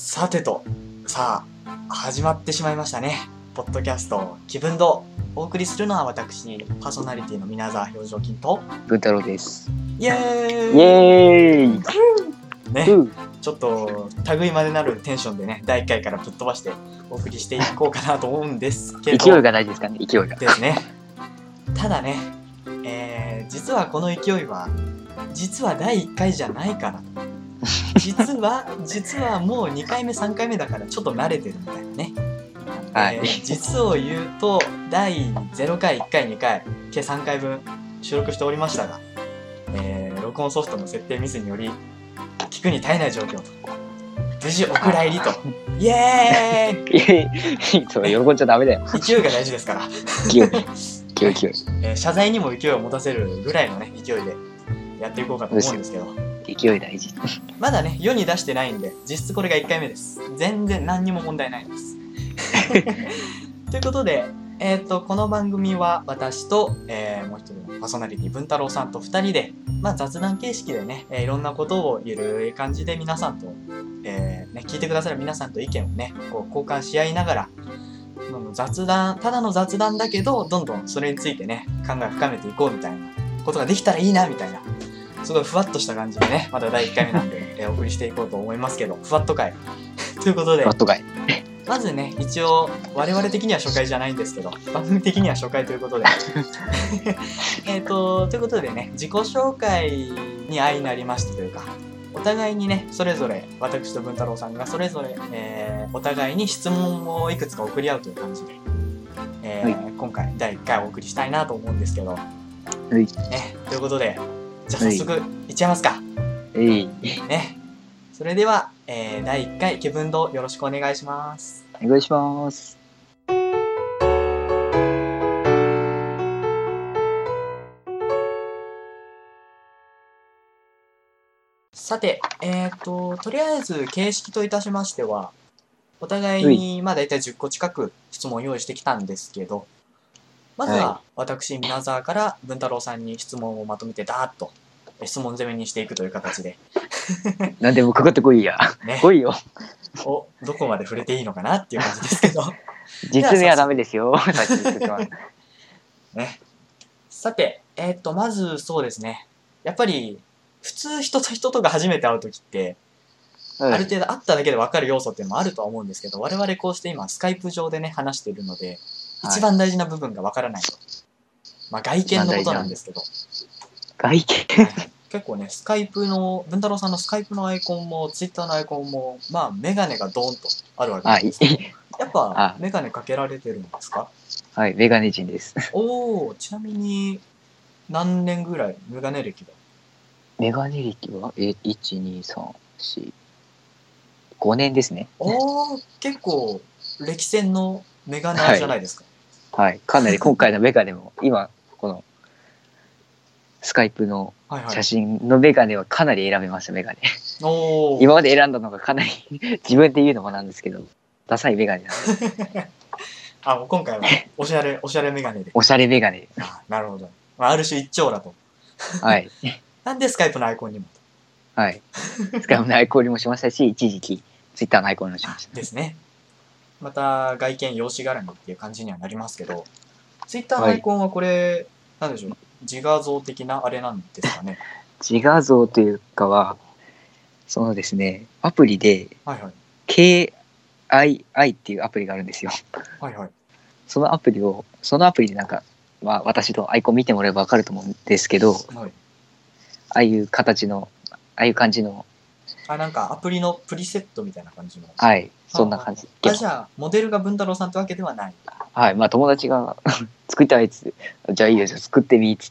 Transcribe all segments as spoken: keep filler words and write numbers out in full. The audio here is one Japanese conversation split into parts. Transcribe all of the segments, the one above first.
さてと、さあ、始まってしまいましたね。ポッドキャスト、気分堂。お送りするのは私、パーソナリティの皆沢表情筋と、 文太郎です。 イエーイイエーイね、 うん、 ちょっと、類までなるテンションでね、だいいっかいからぶっ飛ばしてお送りしていこうかなと思うんですけど。 勢いが大事ですかね、勢いが。 ですね。ただね、えー、実はこの勢いは、実はだいいっかいじゃないから。実は、実はもうにかいめ、さんかいめだからちょっと慣れてるみたいなね。 はい、 えー、実を言うと、だいゼロかい、いっかい、にかい、計さんかいぶん収録しておりましたが、えー、録音ソフトの設定ミスにより、聞くに耐えない状況と。無事お蔵入りと。イエーイイエーイそう、喜んじゃダメだよ。 勢いが大事ですから。 勢い、勢い、勢い。 えー、謝罪にも勢いを持たせるぐらいのね、勢いでやっていこうかと思うんですけど。 勢い大事。 まだね、世に出してないんで、実質これがいっかいめです。全然何にも問題ないです。ということで、えっと、この番組は私と、えー、もう一人のパーソナリティ文太郎さんとふたりで、まあ、雑談形式でね、えー、いろんなことをゆるい感じで皆さんと、えーね、聞いてくださる皆さんと意見をね、こう交換し合いながら、雑談、ただの雑談だけど、どんどんそれについてね、考えを深めていこうみたいなことができたらいいな、みたいな。すごいふわっとした感じでね、まだだいいっかいめなんで、えー、お送りしていこうと思いますけど、ふわっと会。ということで、 ふわっと会。 まずね、一応、我々的には初回じゃないんですけど、番組的には初回ということで。えっと、ということでね、自己紹介に相なりましたというか、お互いにね、それぞれ、私と文太郎さんがそれぞれ、えー、お互いに質問をいくつか送り合うという感じで、えーはい、今回だいいっかいお送りしたいなと思うんですけど、はい、ね、ということで、じゃあ早速いっちゃいますか。 えい。 ね。それでは、えー、だいいっかい気分堂よろしくお願いします。 お願いします。 さて、えっと、とりあえず形式といたしましては、お互いに、まあ大体じゅっこ近く質問を用意してきたんですけど、まずは私、皆沢から文太郎さんに質問をまとめてダーッと質問攻めにしていくという形で。 なんでもかかってこいや。ね、来いよ。 お、どこまで触れていいのかなっていう感じですけど。 実名はダメですよ。 ね。さて、えっと、まずそうですね。やっぱり、普通人と人とが初めて会うときって、ある程度会っただけで分かる要素っていうのもあるとは思うんですけど、我々こうして今スカイプ上でね、話しているので、一番大事な部分が分からないと。まあ外見のことなんですけど。 外見、 はい、結構ね、スカイプの、文太郎さんのスカイプのアイコンも、ツイッターのアイコンも、まあ、メガネがドーンとあるわけなんですけど、やっぱ、メガネかけられてるんですか？ はい、メガネ人です。 おー、ちなみに、何年ぐらい、メガネ歴は？ メガネ歴は、え、いち、に、さん、よん、ごねんですね。 おー、結構、歴戦のメガネじゃないですか。 はい、はい、かなり今回のメガネも、今、この、スカイプの写真のメガネはかなり選べました、メガネ。お今まで選んだのがかなり自分で言うのもなんですけど、ダサいメガネなんで。 あ、もう今回はおしゃれ、おしゃれメガネで。 おしゃれメガネ。 あ、なるほど。ある種一長羅と。 はい。 なんでスカイプのアイコンにも。 はい。スカイプのアイコンにもしましたし、一時期ツイッターのアイコンにもしました。 ですね。また外見容姿絡みっていう感じにはなりますけど、ツイッターのアイコンはこれ、はい、なんでしょう、自画像的なあれなんですかね。 自画像というかは、そのですね、アプリで、はいはい、ケーアイアイ っていうアプリがあるんですよ。はいはい。そのアプリを、そのアプリでなんか、まあ私とアイコン見てもらえばわかると思うんですけど、はい、ああいう形の、ああいう感じの、 あ、なんかアプリのプリセットみたいな感じの。 はい、そんな感じ。 あ、じゃあ、モデルが文太郎さんってわけではない。 はい、まあ友達が作りたいっつって、じゃあいいよ、じゃあ作ってみっつって。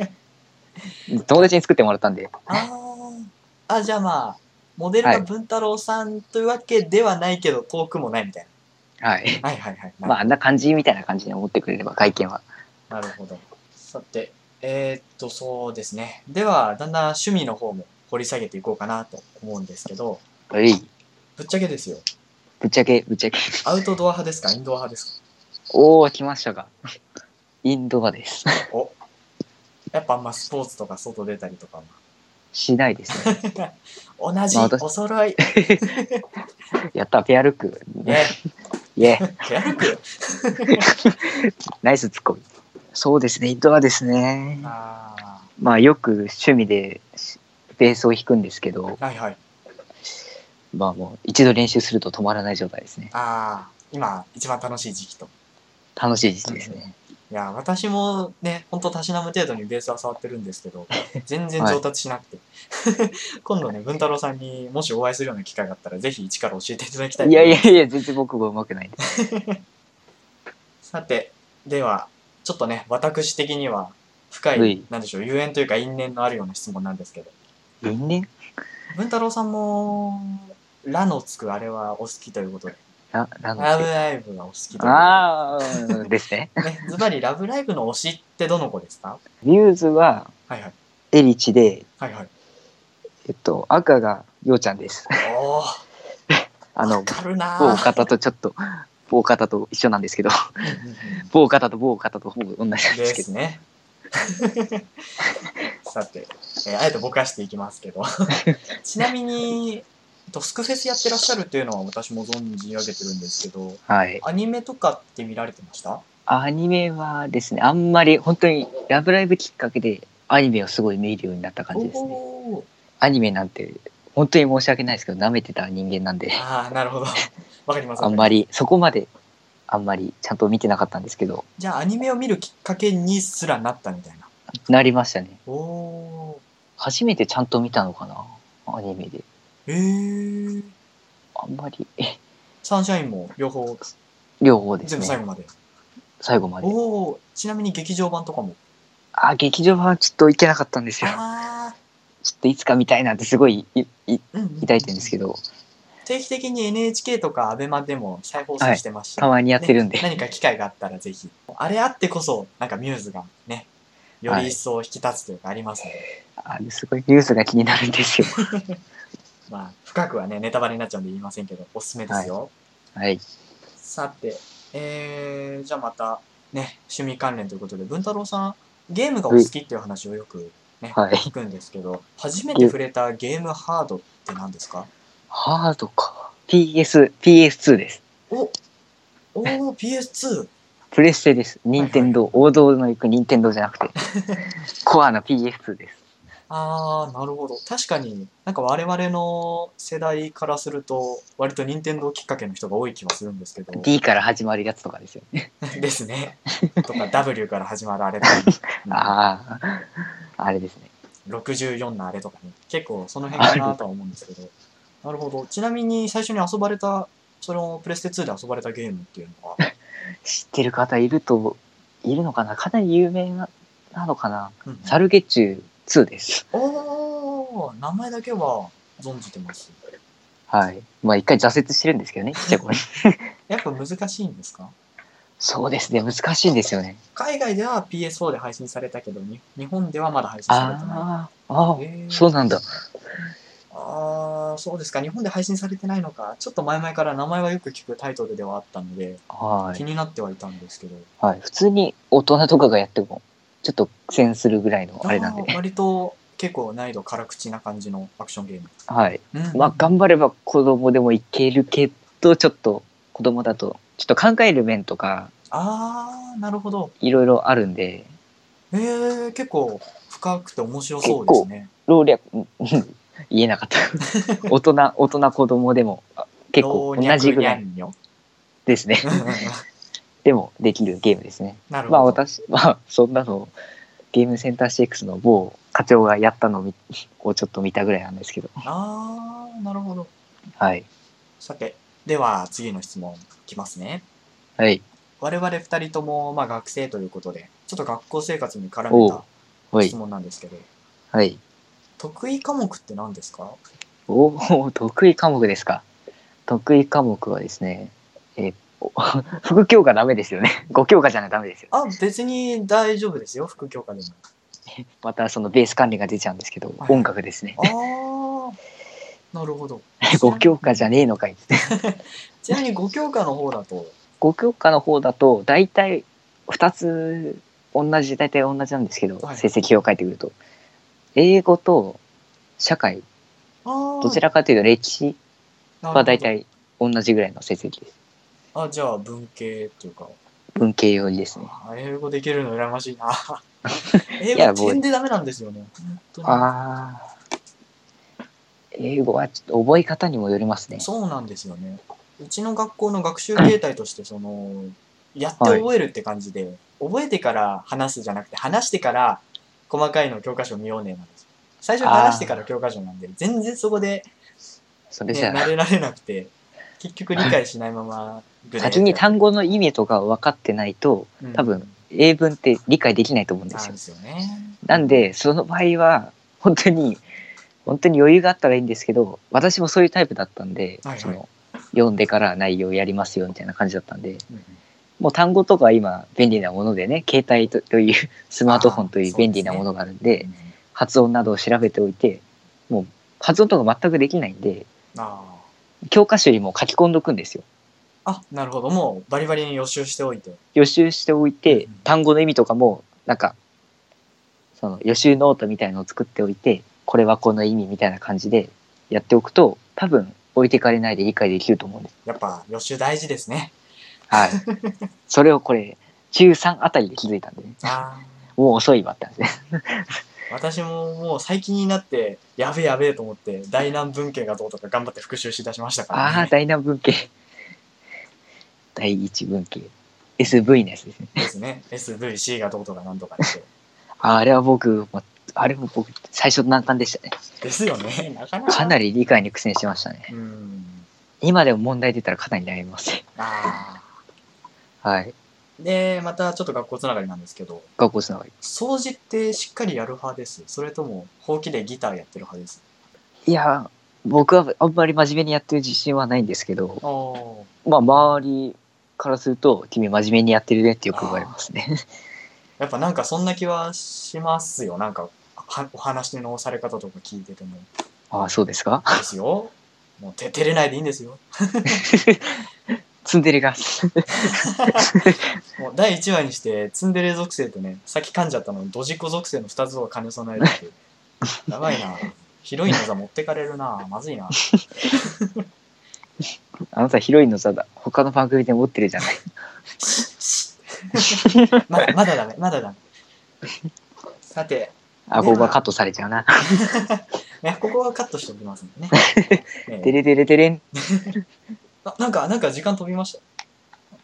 友達に作ってもらったんで。 ああ、じゃあまあ、モデルが文太郎さんというわけではないけど、はい、遠くもないみたいな。はい。はいはいはい。 まあ、あんな感じみたいな感じで思ってくれれば、外見は。 なるほど。さて、えー、っと、そうですね。では、だんだん趣味の方も掘り下げていこうかなと思うんですけど、 はい。 ぶっちゃけですよ。 ぶっちゃけ、ぶっちゃけ。 アウトドア派ですか、インドア派ですか？ おー、来ましたか。インドアです。 お、やっぱあんまスポーツとか外出たりとかはしないですね。 同じ、 まあ私お揃い。 やった、ペアルック。 イエイエー。ペアルック。 ナイスツッコミ。そうですね、インドアですね。 あまあよく趣味でベースを弾くんですけど、 あ、はいはい。 まあもう一度練習すると止まらない状態ですね。 ああ、今一番楽しい時期と。 楽しい時期ですね。 いや、私もね、ほんとたしなむ程度にベースは触ってるんですけど、全然上はい。 達しなくて。今度ね、文太郎さんにもしお会いするような機会があったら、ぜひ一から教えていただきたいいと思います。 やいやいや、全然僕も上手くないんです。 さて、では、ちょっとね、私的には深い、 はい。 なんでしょう、ゆえんというか因縁のあるような質問なんですけど、 因縁文太郎さんも、ラのつくあれはお好きということで、 ラ、ラノラブス。 ライブがお好きというこああ、ですね。 とで、ね、ズバリラブライブの推しってどの子ですか？ ミューズははいはい。 エリチで、 はいはい。 えっと、赤がヨウちゃんです。 おー、 あの、 わかるな某ぁ。 方とちょっと、某方と一緒なんですけど、 うんうんうん某方と某方とほぼ同じなんですけど。 ですね。さて、えーあえてぼかしていきますけど。ちなみに、えっとスクフェスやってらっしゃるっていうのは私も存じ上げてるんですけど、 はい。 アニメとかって見られてました？ アニメはですね、あんまり、本当に、ラブライブきっかけで、アニメをすごい見るようになった感じですね。 おー。 アニメなんて、本当に申し訳ないですけど、舐めてた人間なんで、 ああ、なるほど。わかりますわかります。 あんまり、そこまで、あんまりちゃんと見てなかったんですけど、 じゃあアニメを見るきっかけにすらなったみたいな。 なりましたね。 おー。 初めてちゃんと見たのかな、アニメで。 えー。 あんまり、えサンシャインも両方、 両方ですね。 全部最後まで。 最後まで。 おー。ちなみに劇場版とかも。 あ、劇場はちょっと行けなかったんですよ。 あちょっといつか見たいなってすごいいいー。うんうんうんうん抱いてるんですけど、 定期的に エヌエイチケー とかアベマでも再放送はいしてますし、 たまにやってるんで、 ね、何か機会があったらぜひ。あれあってこそ、なんかミューズがね、より一層引き立つというかありますので、 あれすごいニュースが気になるんですよ。 まあ、深くはね、ネタバレになっちゃうんで言いませんけど、おすすめですよ。 はい。 さて、えー、じゃあまた、ね、趣味関連ということで、文太郎さん、ゲームがお好きっていう話をよくね、 はい。 聞くんですけど、初めて触れたゲームハードって何ですか？ ハードか。ピーエス、ピーエスツー です。 おおー、ピーエスツー。 プレステです。任天堂、王道の行く任天堂じゃなくて、コアな ピーエスツー です。 あー、なるほど。確かに、なんか我々の世代からすると、割と任天堂きっかけの人が多い気はするんですけど。 D から始まるやつとかですよね。 ですね。とか W から始まるあれとか、ね、うんああ、あれですね。 ろくじゅうよんのあれとかね。結構その辺かなとは思うんですけど。なるほど。ちなみに最初に遊ばれた、そのプレステツーで遊ばれたゲームっていうのは？ 知ってる方いると、いるのかな、かなり有名ななのかな、 うんうん、 サルゲッチュツーです。 おー、名前だけは存じてます。 はい。まあ一回挫折してるんですけどね、ちっちゃい頃に。 やっぱ難しいんですか？ そうですね、難しいんですよね。 海外では ピーエスフォー で配信されたけど、に日本ではまだ配信されてない。 ああ、ああ、 へーそうなんだ。 ああ、そうですか。日本で配信されてないのか。ちょっと前々から名前はよく聞くタイトルではあったので、 はい。 気になってはいたんですけど。 はい。普通に大人とかがやっても、ちょっと苦戦するぐらいのあれなんであー割と結構難易度辛口な感じのアクションゲーム。 はい。 うんうんうん、 まあ頑張れば子供でもいけるけど、ちょっと子供だと、ちょっと考える面とか、 ああ、なるほど。 いろいろあるんで、 えー、結構深くて面白そうですね。 老若、言えなかった。大人、大人子供でも結構同じぐらいですね。でもできるゲームですね。 なるほど。 まあ私、まあそんなのゲームセンター シーエックス の某課長がやったのをちょっと見たぐらいなんですけど。 ああ、なるほど。 はい。 さて、では次の質問いきますね。 はい。 我々二人とも、まあ、学生ということで、ちょっと学校生活に絡めた質問なんですけど、 はい。 得意科目って何ですか？ おお、得意科目ですか。得意科目はですね、えー、副教科ダメですよね。ご教科じゃないとダメですよ。 あ、別に大丈夫ですよ、副教科でも。 またそのベース管理が出ちゃうんですけど、 はい、 音楽ですね。 ああ、なるほど。 ご教科じゃねえのかいって。 ちなみにご教科の方だとご教科の方だと大体ふたつ同じ大体同じなんですけど、はい、成績表を書いてくると英語と社会、どちらかというと歴史は大体同じぐらいの成績です。 あ、じゃあ文系っていうか。 文系寄りですね。 英語できるの羨ましいな。英語点でダメなんですよね。 ああ。英語はちょっと覚え方にもよりますね。 そうなんですよね。うちの学校の学習形態としてそのやって覚えるって感じで、はい、覚えてから話すじゃなくて話してから細かいの教科書見ようねなんですよ。最初話してから教科書なんで全然そこで、ね、それじゃ慣れられなくて結局理解しないまま先に単語の意味とか分かってないと、うん、多分英文って理解できないと思うんですよ。なんですよね。なんでその場合は本当に本当に余裕があったらいいんですけど、私もそういうタイプだったんで、はいはい、その読んでから内容やりますよみたいな感じだったんで、うんうん、もう単語とか今便利なものでね、携帯 と, というスマートフォンという便利なものがあるんで、でね、うん、発音などを調べておいて、もう発音とか全くできないんで、あ教科書にも書き込んどくんですよ。 あ、なるほど。もうバリバリに予習しておいて。 予習しておいて、うん、単語の意味とかもなんかその予習ノートみたいのを作っておいて、これはこの意味みたいな感じでやっておくと多分置いてかれないで理解できると思うんです。 やっぱ予習大事ですね。 はい。それをこれ中さんあたりで気づいたんで、ね、あもう遅いわって話です。 私ももう最近になってやべえやべえと思って大難文系がどうとか頑張って復習しだしましたからね。 ああ、大難文系。第一文系。エスブイ のやつですね。 ですね。エスブイシー がどうとかなんとかって。 あれは僕、あれも僕最初難関でしたね。 ですよね。なかなか。 かなり理解に苦戦しましたね。うん今でも問題出たらかなり悩みますね。ああ。はい。 で、またちょっと学校つながりなんですけど。 学校つながり。 掃除ってしっかりやる派です？それともほうきでギターやってる派です？ いや、僕はあんまり真面目にやってる自信はないんですけど、まあ周りからすると君真面目にやってるねってよく言われますね。 やっぱなんかそんな気はしますよ。なんかお話のされ方とか聞いてても。 ああ、そうですか？ ですよ。もうて照れないでいいんですよ。 ツンデレが。 もうだいいちわにしてツンデレ属性とね、さっき噛んじゃったのにドジコ属性のふたつを兼ね備えるっていう。やばいな。ヒロインの座持ってかれるな。まずいな。 あなたヒロインの座だ。他の番組で持ってるじゃない。 まだまだダメ。まだダメ。さて。 あ、ここがカットされちゃうな。 ね、ここはカットしておきますんでね。 テレテレテレン。 あ、なんか、なんか時間飛びました。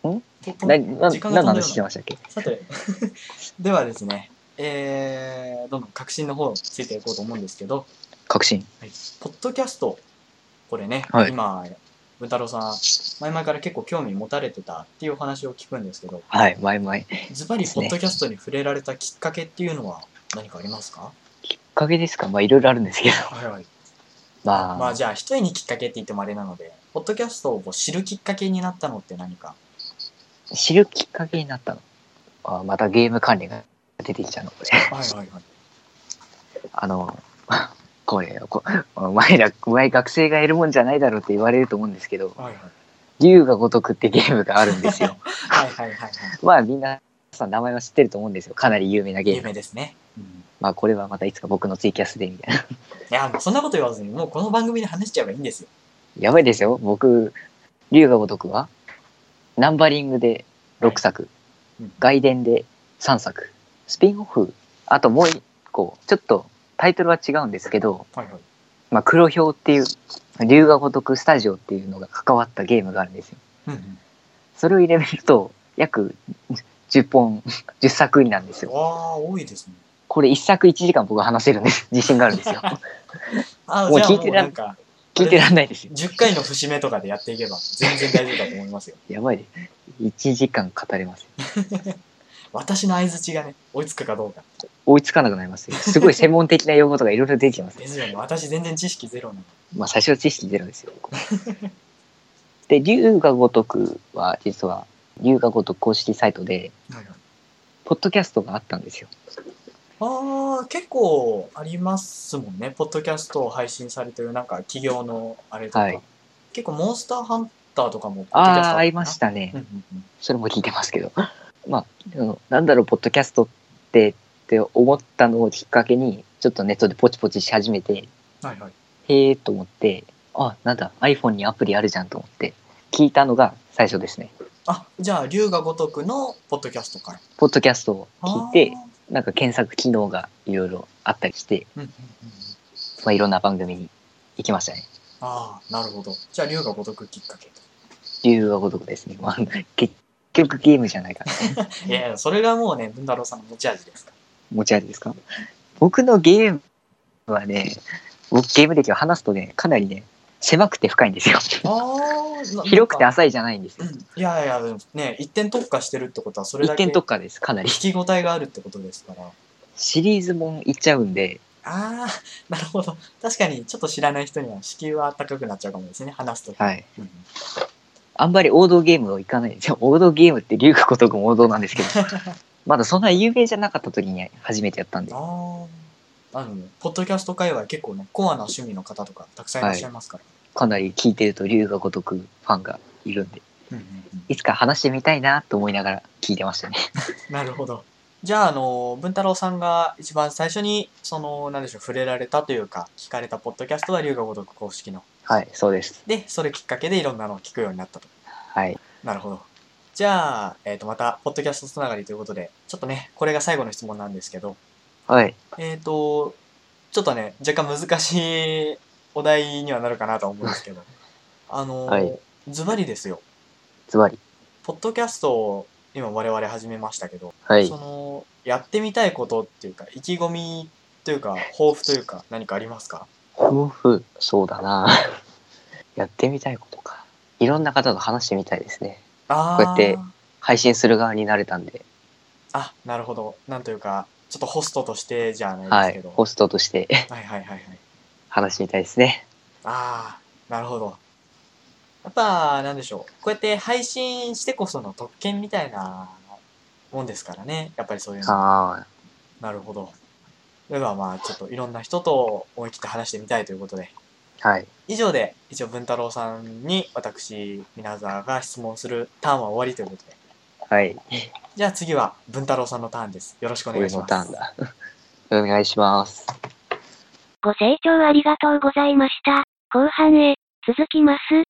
んな、な、時間が何の話してましたっけ？ さて、ではですね、えー、どんどん革新の方をついていこうと思うんですけど、 革新。 はい。ポッドキャスト、これね、はい、今、文太郎さん、前々から結構興味持たれてたっていうお話を聞くんですけど、 はい、前々。 ズバリ、ポッドキャストに触れられたきっかけっていうのは何かありますか？ きっかけですか？まあ、いろいろあるんですけど。 はいはい。 まあ、 まあ、じゃあ、一重にきっかけって言ってもあれなので、ポッドキャストを知るきっかけになったのって何か？ 知るきっかけになったの？あ、またゲーム関連が出てきちゃうのこれ。はいはいはい。あの、これ、こお前ら、お前学生がやるもんじゃないだろうって言われると思うんですけど、はいはい、龍が如くってゲームがあるんですよ。はいはいはいはい。まあみんなさん名前は知ってると思うんですよ。かなり有名なゲーム。 有名ですね。うん、 まあこれはまたいつか僕のツイキャスでみたいな。いやもうそんなこと言わずに、もうこの番組で話しちゃえばいいんですよ。 やばいですよ。僕、龍が如くはナンバリングでろくさく、はい、外伝でさんさく、スピンオフ、あともう一個、ちょっとタイトルは違うんですけど、はいはい、まあ、黒豹っていう龍が如くスタジオっていうのが関わったゲームがあるんですよ。うんうん、それを入れると約じゅっぽんじゅっさくになんですよ。 わあ、多いですね。 これいっさくいちじかん僕は話せるんです。自信があるんですよ。 あ、もう聞いてらん聞いてらんないですよ。 じゅっかいの節目とかでやっていけば全然大丈夫だと思いますよ。 やばいです。いちじかん語れます。 私の相槌がね、追いつくかどうか。 追いつかなくなりますよ。すごい専門的な用語とかいろいろ出てきます。 ですよね。私全然知識ゼロなの。 まあ最初は知識ゼロですよ。で、龍が如くは実は龍が如く公式サイトで、はいはい、ポッドキャストがあったんですよ。 ああ、結構ありますもんね。ポッドキャストを配信されてるなんか企業のあれとか、はい、結構モンスターハンターとかもポッドキャストあああ、ありましたね。それも聞いてますけど。まあ、なんだろう、ポッドキャストってって思ったのをきっかけに、ちょっとネットでポチポチし始めて、 はいはい。 へえと思って、あ、なんだ iPhone にアプリあるじゃんと思って聞いたのが最初ですね。 あ、じゃあ龍が如くのポッドキャストから。 ポッドキャストを聞いて、 あなんか検索機能がいろいろあったりして、 うんうんうんうん。 まあ、いろんな番組に行きましたね。 ああ、なるほど。じゃあ龍が如くきっかけと。 龍が如くですね。まあ、結局ゲームじゃないかな。 いやいや、それがもうね、文太郎さんの持ち味ですか持ち味ですか？僕のゲームはね、僕ゲーム歴を話すとね、かなりね、狭くて深いんですよ。 ら。ああ、な広くてなんか、 浅いじゃないんですよ。 うん。いやいや、でもね、一点特化してるってことは、それ一だけ点特化です、かなり。 聞き応えがあるってことですから。 シリーズもんいっちゃうんで、 ああ、なるほど。確かに、ちょっと知らない人には敷居は高くなっちゃうかもですね、話すとき。 はい。 うん、 あんまり王道ゲームをいかないんですよ。王道ゲームって龍が如くも王道なんですけど、まだそんな有名じゃなかった時に初めてやったんで。 ああ、あのね、ポッドキャスト界隈結構ね、コアな趣味の方とかたくさんいらっしゃいますから。 かなり聞いてると龍が如くファンがいるんで、 うんうんうん、 いつか話してみたいなと思いながら聞いてましたね。 なるほど。じゃあ、あの、文太郎さんが一番最初に、その、なんでしょう、触れられたというか、聞かれたポッドキャストは龍が如く公式の。 はい、そうです。 で、それきっかけでいろんなのを聞くようになったと。 はい。 なるほど。じゃあ、えっ、と、また、ポッドキャストつながりということで、ちょっとね、これが最後の質問なんですけど、 はい。 えっ、と、ちょっとね、若干難しいお題にはなるかなとは思うんですけど、あはい。 の、ズバリですよ。 ズバリ。 ポッドキャストを今我々始めましたけど、 はい。 その、やってみたいことっていうか、意気込みというか、抱負というか、何かありますか？ 夫婦、そうだな。やってみたいことか。いろんな方と話してみたいですね。こうやってあ配信する側になれたんで、 ー、あ、なるほど。なんというか、ちょっとホストとしてじゃないではい。 すけど。 ホストとしてはいはいはいはい。 話してみたいですね。 ああ、なるほど。やっぱ、なんでしょう。こうやって配信してこその特権みたいなもんですからね。やっぱりそういうのは。 あなるほど。ではまあ、ちょっといろんな人と思い切って話してみたいということで。 あ、はい。 以上で、一応文太郎さんに私、皆沢が質問するターンは終わりということで。 はい。 じゃあ次は文太郎さんのターンです。よろしくお願い俺のします。 ターンだ。お願いします。 ご清聴ありがとうございました。後半へ続きます。